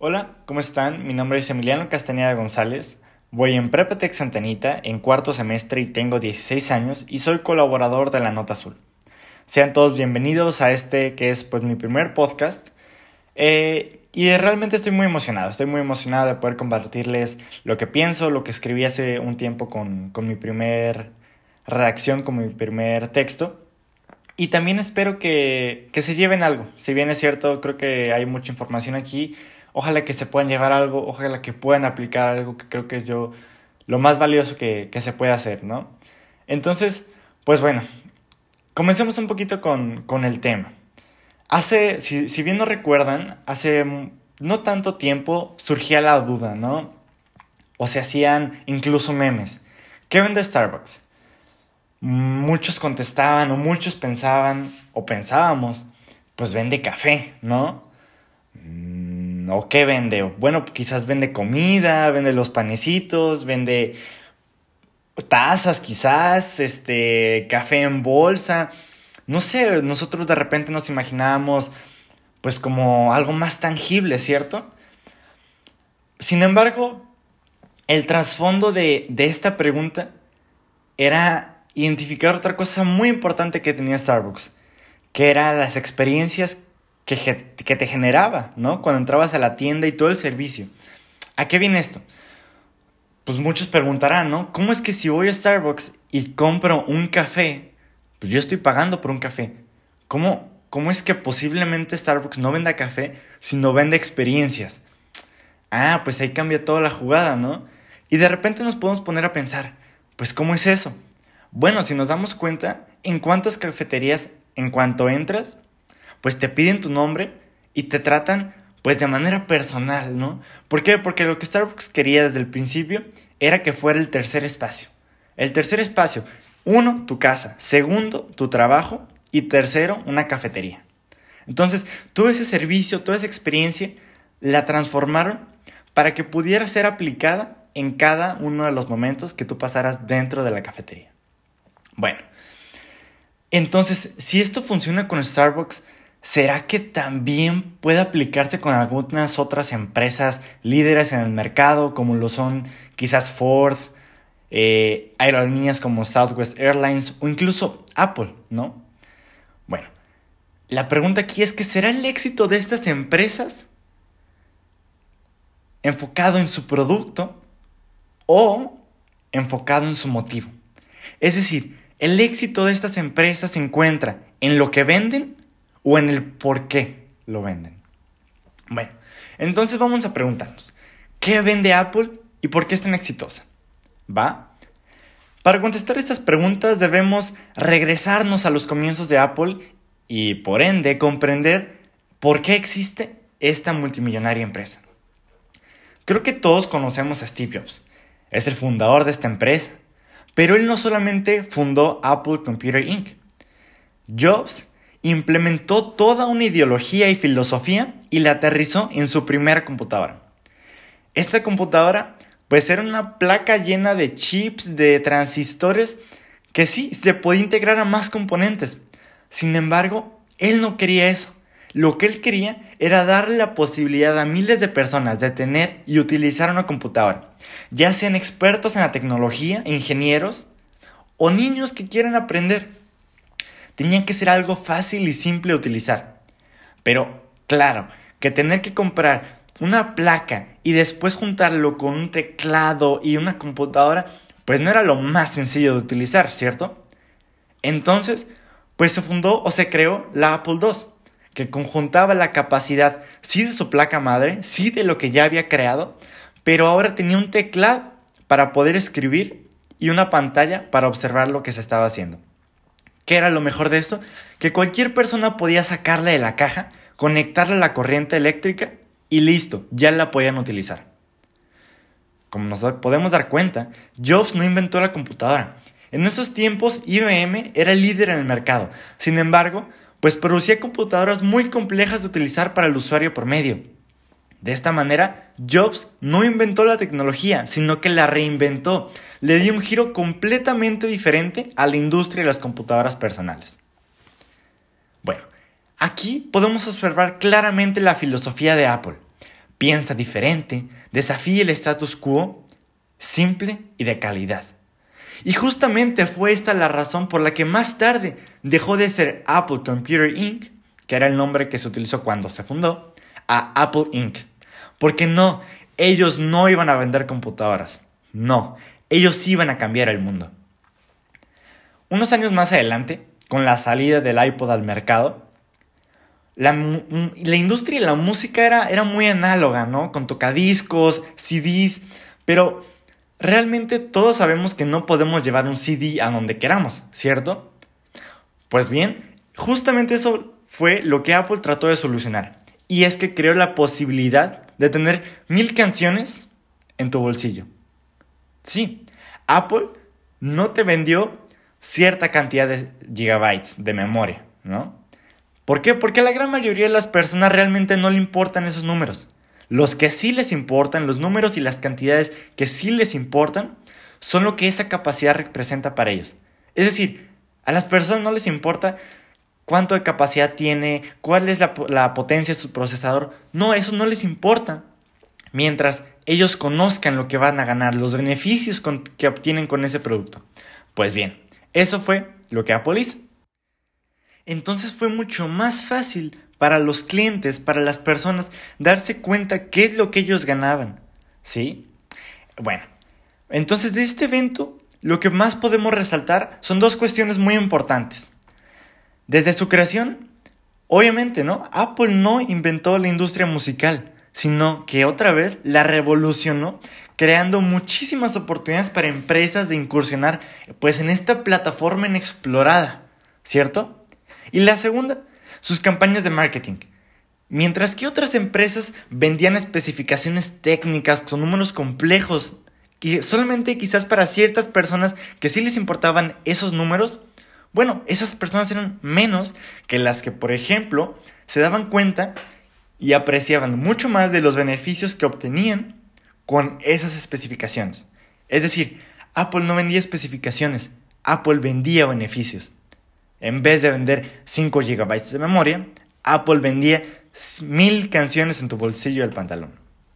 Hola, ¿cómo están? Mi nombre es Emiliano Castañeda González. Voy en Prepatec Santa Anita en cuarto semestre y tengo 16 años y soy colaborador de La Nota Azul. Sean todos bienvenidos a este que es mi primer podcast. Y realmente estoy muy emocionado de poder compartirles lo que pienso, lo que escribí hace un tiempo con mi primer redacción, con mi primer texto. Y también espero que se lleven algo. Si bien es cierto, creo que hay mucha información aquí. Ojalá que se puedan llevar algo, ojalá que puedan aplicar algo que creo que es lo más valioso que se puede hacer, ¿no? Entonces, pues bueno, comencemos un poquito con el tema. Si bien no recuerdan, hace no tanto tiempo surgía la duda, ¿no? O se hacían incluso memes. ¿Qué vende Starbucks? Muchos contestaban o muchos pensaban o pensábamos, pues vende café, ¿no? ¿O qué vende? Bueno, quizás vende comida, vende los panecitos, vende tazas quizás, café en bolsa. No sé, nosotros de repente nos imaginábamos pues como algo más tangible, ¿cierto? Sin embargo, el trasfondo de esta pregunta era identificar otra cosa muy importante que tenía Starbucks, que eran las experiencias que te generaba, ¿no? Cuando entrabas a la tienda y todo el servicio. ¿A qué viene esto? Pues muchos preguntarán, ¿no? ¿Cómo es que si voy a Starbucks y compro un café, pues yo estoy pagando por un café? ¿Cómo es que posiblemente Starbucks no venda café, sino vende experiencias? Ah, pues ahí cambia toda la jugada, ¿no? Y de repente nos podemos poner a pensar, pues ¿cómo es eso? Bueno, si nos damos cuenta, en cuántas cafeterías, en cuanto entras, pues te piden tu nombre y te tratan pues de manera personal, ¿no? ¿Por qué? Porque lo que Starbucks quería desde el principio era que fuera el tercer espacio. El tercer espacio, uno, tu casa, segundo, tu trabajo y tercero, una cafetería. Entonces, todo ese servicio, toda esa experiencia la transformaron para que pudiera ser aplicada en cada uno de los momentos que tú pasaras dentro de la cafetería. Bueno, entonces, si esto funciona con Starbucks, ¿será que también puede aplicarse con algunas otras empresas líderes en el mercado, como lo son quizás Ford, aerolíneas como Southwest Airlines o incluso Apple, ¿no? Bueno, la pregunta aquí es que ¿será el éxito de estas empresas enfocado en su producto o enfocado en su motivo? Es decir, ¿el éxito de estas empresas se encuentra en lo que venden o en el por qué lo venden? Bueno, entonces vamos a preguntarnos, ¿qué vende Apple y por qué es tan exitosa? ¿Va? Para contestar estas preguntas debemos regresarnos a los comienzos de Apple y por ende comprender por qué existe esta multimillonaria empresa. Creo que todos conocemos a Steve Jobs. Es el fundador de esta empresa. Pero él no solamente fundó Apple Computer Inc. Jobs implementó toda una ideología y filosofía y la aterrizó en su primera computadora. Esta computadora pues era una placa llena de chips, de transistores, que sí, se podía integrar a más componentes. Sin embargo, él no quería eso. Lo que él quería era darle la posibilidad a miles de personas de tener y utilizar una computadora, ya sean expertos en la tecnología, ingenieros o niños que quieran aprender. Tenía que ser algo fácil y simple de utilizar. Pero, claro, que tener que comprar una placa y después juntarlo con un teclado y una computadora, pues no era lo más sencillo de utilizar, ¿cierto? Entonces, pues se fundó o se creó la Apple II, que conjuntaba la capacidad, sí de su placa madre, sí de lo que ya había creado, pero ahora tenía un teclado para poder escribir y una pantalla para observar lo que se estaba haciendo. ¿Qué era lo mejor de esto? Que cualquier persona podía sacarla de la caja, conectarla a la corriente eléctrica y listo, ya la podían utilizar. Como nos podemos dar cuenta, Jobs no inventó la computadora. En esos tiempos IBM era el líder en el mercado. Sin embargo, pues producía computadoras muy complejas de utilizar para el usuario promedio. De esta manera, Jobs no inventó la tecnología, sino que la reinventó. Le dio un giro completamente diferente a la industria de las computadoras personales. Bueno, aquí podemos observar claramente la filosofía de Apple. piensa diferente, desafía el status quo, simple y de calidad. Y justamente fue esta la razón por la que más tarde dejó de ser Apple Computer Inc., que era el nombre que se utilizó cuando se fundó, a Apple Inc. Porque no, ellos no iban a vender computadoras. No, ellos iban a cambiar el mundo. Unos años más adelante, con la salida del iPod al mercado, la industria de la música era muy análoga, ¿no? Con tocadiscos, CDs, pero realmente todos sabemos que no podemos llevar un CD a donde queramos, ¿cierto? Pues bien, justamente eso fue lo que Apple trató de solucionar. Y es que creó la posibilidad de tener 1000 canciones en tu bolsillo. Sí, Apple no te vendió cierta cantidad de gigabytes de memoria, ¿no? ¿Por qué? Porque a la gran mayoría de las personas realmente no le importan esos números. Los que sí les importan, los números y las cantidades que sí les importan, son lo que esa capacidad representa para ellos. Es decir, a las personas no les importa cuánto de capacidad tiene, cuál es la potencia de su procesador. No, eso no les importa. Mientras ellos conozcan lo que van a ganar, los beneficios que obtienen con ese producto. Pues bien, eso fue lo que Apple hizo. Entonces fue mucho más fácil para los clientes, para las personas, darse cuenta qué es lo que ellos ganaban. ¿Sí? Bueno, entonces de este evento, lo que más podemos resaltar son dos cuestiones muy importantes. Desde su creación, obviamente, ¿no? Apple no inventó la industria musical, sino que otra vez la revolucionó, creando muchísimas oportunidades para empresas de incursionar pues en esta plataforma inexplorada, ¿cierto? Y la segunda, sus campañas de marketing. Mientras que otras empresas vendían especificaciones técnicas con números complejos, que solamente quizás para ciertas personas que sí les importaban esos números, bueno, esas personas eran menos que las que, por ejemplo, se daban cuenta y apreciaban mucho más de los beneficios que obtenían con esas especificaciones. Es decir, Apple no vendía especificaciones, Apple vendía beneficios. En vez de vender 5 GB de memoria, Apple vendía 1000 canciones en tu bolsillo del pantalón.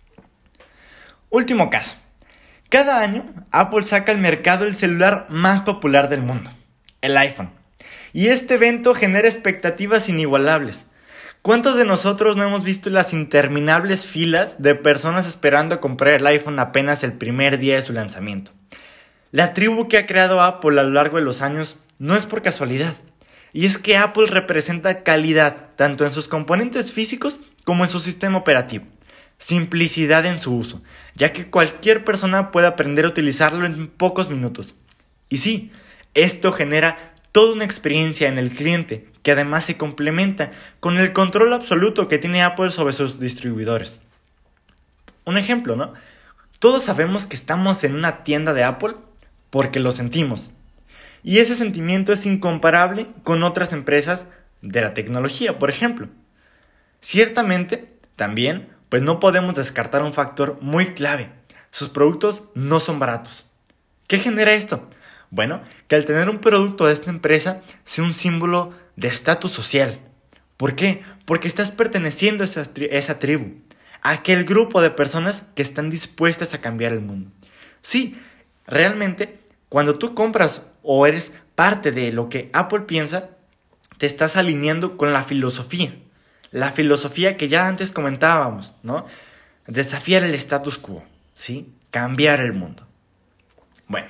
Último caso. Cada año, Apple saca al mercado el celular más popular del mundo, el iPhone. Y este evento genera expectativas inigualables. ¿Cuántos de nosotros no hemos visto las interminables filas de personas esperando comprar el iPhone apenas el primer día de su lanzamiento? La tribu que ha creado Apple a lo largo de los años no es por casualidad. Y es que Apple representa calidad tanto en sus componentes físicos como en su sistema operativo. Simplicidad en su uso, ya que cualquier persona puede aprender a utilizarlo en pocos minutos. Y sí, esto genera toda una experiencia en el cliente que además se complementa con el control absoluto que tiene Apple sobre sus distribuidores. Un ejemplo, ¿no? Todos sabemos que estamos en una tienda de Apple porque lo sentimos. Y ese sentimiento es incomparable con otras empresas de la tecnología, por ejemplo. Ciertamente, también, pues no podemos descartar un factor muy clave. Sus productos no son baratos. ¿Qué genera esto? Bueno, que al tener un producto de esta empresa sea un símbolo de estatus social. ¿Por qué? Porque estás perteneciendo a esa tribu, a aquel grupo de personas que están dispuestas a cambiar el mundo. Sí, realmente, cuando tú compras o eres parte de lo que Apple piensa, te estás alineando con la filosofía. La filosofía que ya antes comentábamos, ¿no? Desafiar el status quo, ¿sí? Cambiar el mundo. Bueno,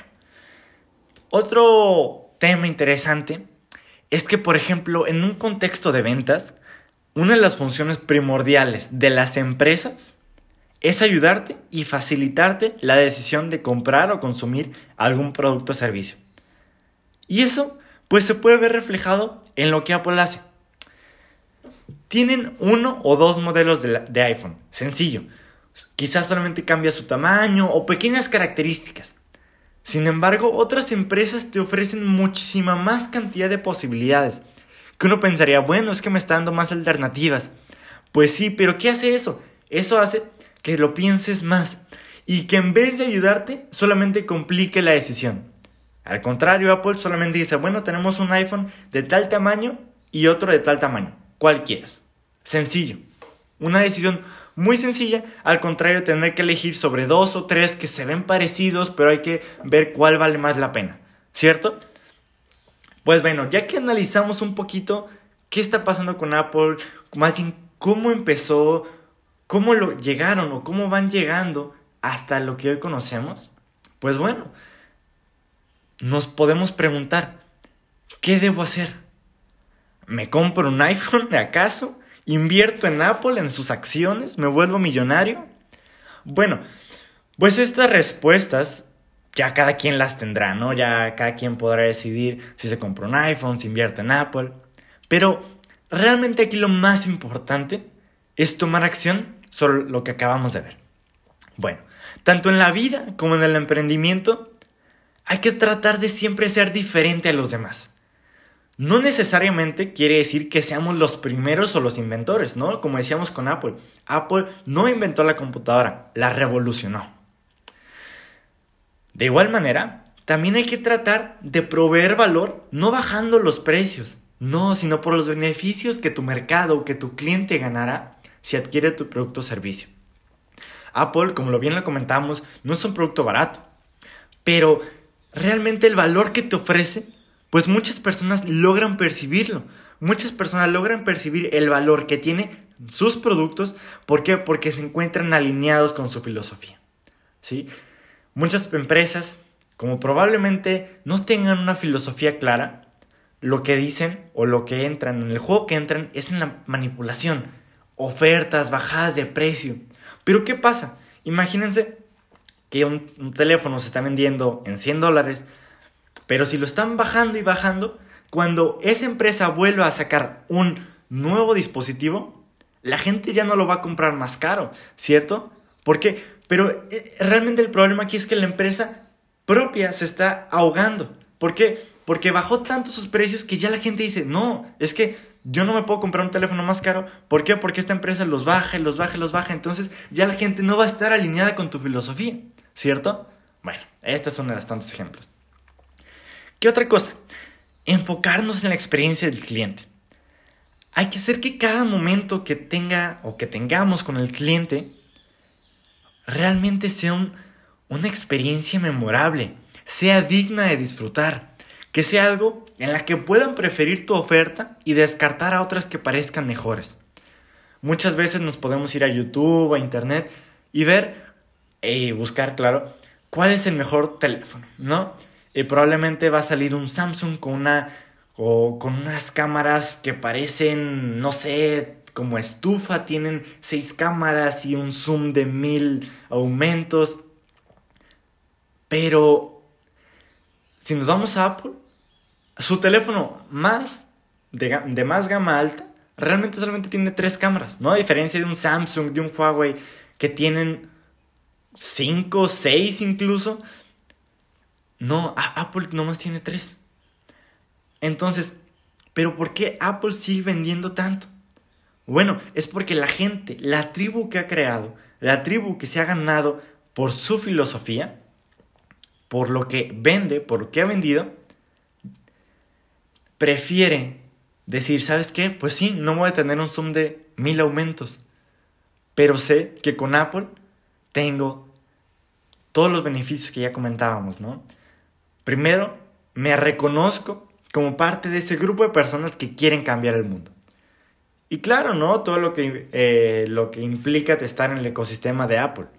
otro tema interesante es que, por ejemplo, en un contexto de ventas, una de las funciones primordiales de las empresas es ayudarte y facilitarte la decisión de comprar o consumir algún producto o servicio. Y eso, pues, se puede ver reflejado en lo que Apple hace. Tienen 1 o 2 modelos de iPhone, sencillo. Quizás solamente cambia su tamaño o pequeñas características. Sin embargo, otras empresas te ofrecen muchísima más cantidad de posibilidades. Que uno pensaría, bueno, es que me está dando más alternativas. Pues sí, pero ¿qué hace eso? Eso hace que lo pienses más y que en vez de ayudarte, solamente complique la decisión. Al contrario, Apple solamente dice, bueno, tenemos un iPhone de tal tamaño y otro de tal tamaño. ¿Cuál quieres? Sencillo. Una decisión muy sencilla, al contrario de tener que elegir sobre 2 o 3 que se ven parecidos, pero hay que ver cuál vale más la pena, ¿cierto? Pues bueno, ya que analizamos un poquito qué está pasando con Apple, más bien cómo empezó, cómo lo llegaron o cómo van llegando hasta lo que hoy conocemos, pues bueno, nos podemos preguntar, ¿qué debo hacer? ¿Me compro un iPhone acaso? ¿Invierto en Apple, en sus acciones? ¿Me vuelvo millonario? Bueno, pues estas respuestas ya cada quien las tendrá, ¿no? Ya cada quien podrá decidir si se compra un iPhone, si invierte en Apple. Pero realmente aquí lo más importante es tomar acción sobre lo que acabamos de ver. Bueno, tanto en la vida como en el emprendimiento, hay que tratar de siempre ser diferente a los demás. No necesariamente quiere decir que seamos los primeros o los inventores, ¿no? Como decíamos con Apple. Apple no inventó la computadora, la revolucionó. De igual manera, también hay que tratar de proveer valor no bajando los precios, no, sino por los beneficios que tu mercado o que tu cliente ganará si adquiere tu producto o servicio. Apple, como bien lo comentamos, no es un producto barato, pero realmente el valor que te ofrece, pues muchas personas logran percibirlo. Muchas personas logran percibir el valor que tiene sus productos. ¿Por qué? Porque se encuentran alineados con su filosofía, ¿sí? Muchas empresas, como probablemente no tengan una filosofía clara, lo que dicen o lo que entran, en el juego que entran es en la manipulación. Ofertas, bajadas de precio. Pero ¿qué pasa? Imagínense que un teléfono se está vendiendo en $100, pero si lo están bajando y bajando, cuando esa empresa vuelva a sacar un nuevo dispositivo, la gente ya no lo va a comprar más caro, ¿cierto? ¿Por qué? Pero realmente el problema aquí es que la empresa propia se está ahogando. ¿Por qué? Porque bajó tanto sus precios que ya la gente dice, no, es que yo no me puedo comprar un teléfono más caro. ¿Por qué? Porque esta empresa los baja, los baja, los baja. Entonces ya la gente no va a estar alineada con tu filosofía, ¿cierto? Bueno, estas son de los tantos ejemplos. ¿Qué otra cosa? Enfocarnos en la experiencia del cliente. Hay que hacer que cada momento que tenga o que tengamos con el cliente realmente sea una experiencia memorable, sea digna de disfrutar, que sea algo en la que puedan preferir tu oferta y descartar a otras que parezcan mejores. Muchas veces nos podemos ir a YouTube, a Internet y ver y buscar, claro, cuál es el mejor teléfono, ¿no? Y probablemente va a salir un Samsung con unas cámaras que parecen, no sé, como estufa, tienen 6 cámaras y un zoom de 1000 aumentos. Pero si nos vamos a Apple, su teléfono de más gama alta realmente solamente tiene 3 cámaras, ¿no? A diferencia de un Samsung, de un Huawei, que tienen 5, 6 incluso. No, Apple nomás tiene 3. Entonces, ¿pero por qué Apple sigue vendiendo tanto? Bueno, es porque la gente, la tribu que ha creado, la tribu que se ha ganado por su filosofía, por lo que vende, por lo que ha vendido, prefiere decir, ¿sabes qué? Pues sí, no voy a tener un zoom de 1000 aumentos, pero sé que con Apple tengo todos los beneficios que ya comentábamos, ¿no? Primero, me reconozco como parte de ese grupo de personas que quieren cambiar el mundo. Y claro, ¿no? Todo lo que implica estar en el ecosistema de Apple.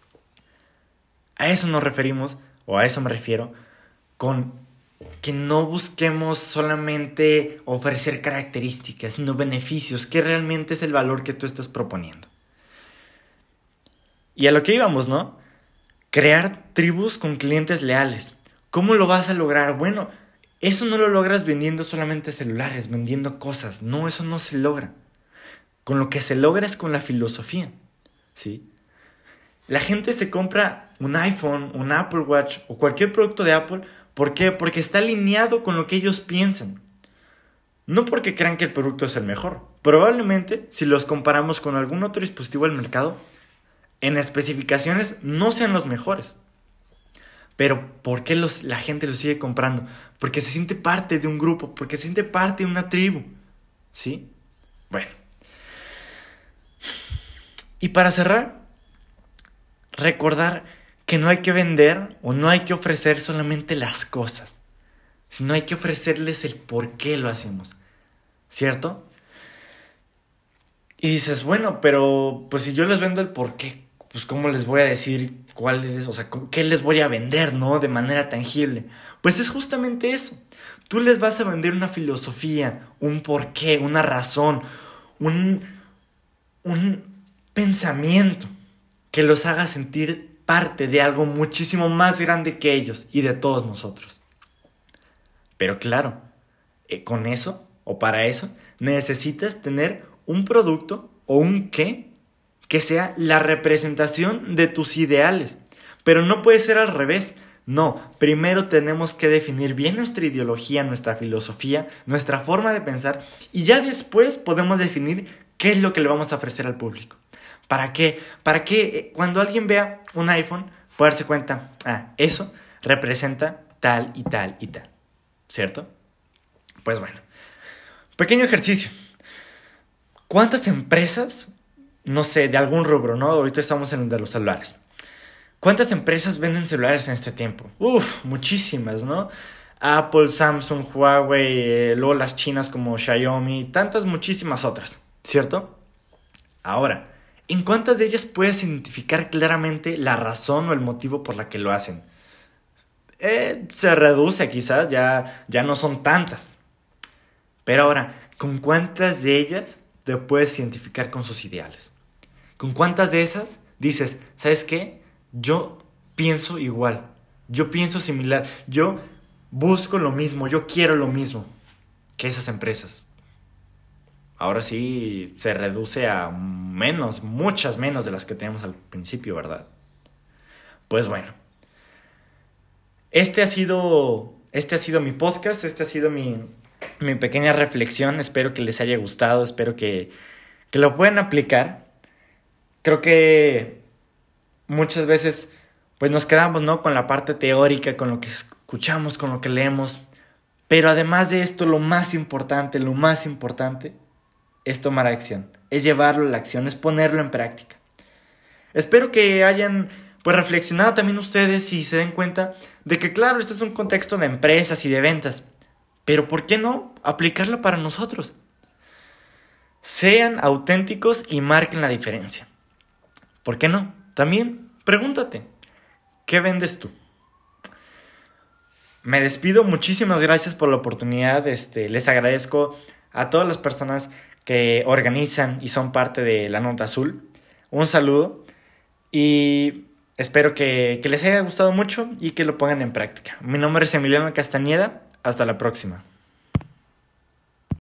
A eso nos referimos, o a eso me refiero, con que no busquemos solamente ofrecer características, sino beneficios, que realmente es el valor que tú estás proponiendo. Y a lo que íbamos, ¿no? Crear tribus con clientes leales. ¿Cómo lo vas a lograr? Bueno, eso no lo logras vendiendo solamente celulares, vendiendo cosas. No, eso no se logra. Con lo que se logra es con la filosofía, ¿sí? La gente se compra un iPhone, un Apple Watch o cualquier producto de Apple. ¿Por qué? Porque está alineado con lo que ellos piensan. No porque crean que el producto es el mejor. Probablemente, si los comparamos con algún otro dispositivo del mercado, en especificaciones no sean los mejores. Pero ¿por qué la gente los sigue comprando? Porque se siente parte de un grupo, porque se siente parte de una tribu, ¿sí? Bueno. Y para cerrar, recordar que no hay que vender o no hay que ofrecer solamente las cosas, sino hay que ofrecerles el por qué lo hacemos, ¿cierto? Y dices, bueno, pero pues si yo les vendo el por qué, pues cómo les voy a decir cuál es, o sea, qué les voy a vender, ¿no? De manera tangible. Pues es justamente eso. Tú les vas a vender una filosofía, un porqué, una razón, un pensamiento que los haga sentir parte de algo muchísimo más grande que ellos y de todos nosotros. Pero claro, con eso o para eso necesitas tener un producto o un qué que sea la representación de tus ideales. Pero no puede ser al revés. No, primero tenemos que definir bien nuestra ideología, nuestra filosofía, nuestra forma de pensar y ya después podemos definir qué es lo que le vamos a ofrecer al público. ¿Para qué? Para que cuando alguien vea un iPhone pueda darse cuenta, eso representa tal y tal y tal, ¿cierto? Pues bueno, pequeño ejercicio. ¿Cuántas empresas, no sé, de algún rubro, ¿no? Ahorita estamos en el de los celulares. ¿Cuántas empresas venden celulares en este tiempo? Muchísimas, ¿no? Apple, Samsung, Huawei, luego las chinas como Xiaomi, tantas, muchísimas otras, ¿cierto? Ahora, ¿en cuántas de ellas puedes identificar claramente la razón o el motivo por la que lo hacen? Se reduce quizás, ya no son tantas. Pero ahora, ¿con cuántas de ellas te puedes identificar con sus ideales? ¿Con cuántas de esas dices, ¿sabes qué? Yo pienso igual, yo pienso similar, yo busco lo mismo, yo quiero lo mismo que esas empresas? Ahora sí se reduce a menos, muchas menos de las que teníamos al principio, ¿verdad? Pues bueno, este ha sido mi podcast, este ha sido mi pequeña reflexión. Espero que les haya gustado, espero que lo puedan aplicar. Creo que muchas veces pues nos quedamos, ¿no?, con la parte teórica, con lo que escuchamos, con lo que leemos. Pero además de esto, lo más importante es tomar acción, es llevarlo a la acción, es ponerlo en práctica. Espero que hayan pues reflexionado también ustedes y se den cuenta de que claro, este es un contexto de empresas y de ventas, pero ¿por qué no aplicarlo para nosotros? Sean auténticos y marquen la diferencia. ¿Por qué no? También pregúntate, ¿qué vendes tú? Me despido, muchísimas gracias por la oportunidad. Les agradezco a todas las personas que organizan y son parte de La Nota Azul. Un saludo y espero que les haya gustado mucho y que lo pongan en práctica. Mi nombre es Emiliano Castañeda. Hasta la próxima.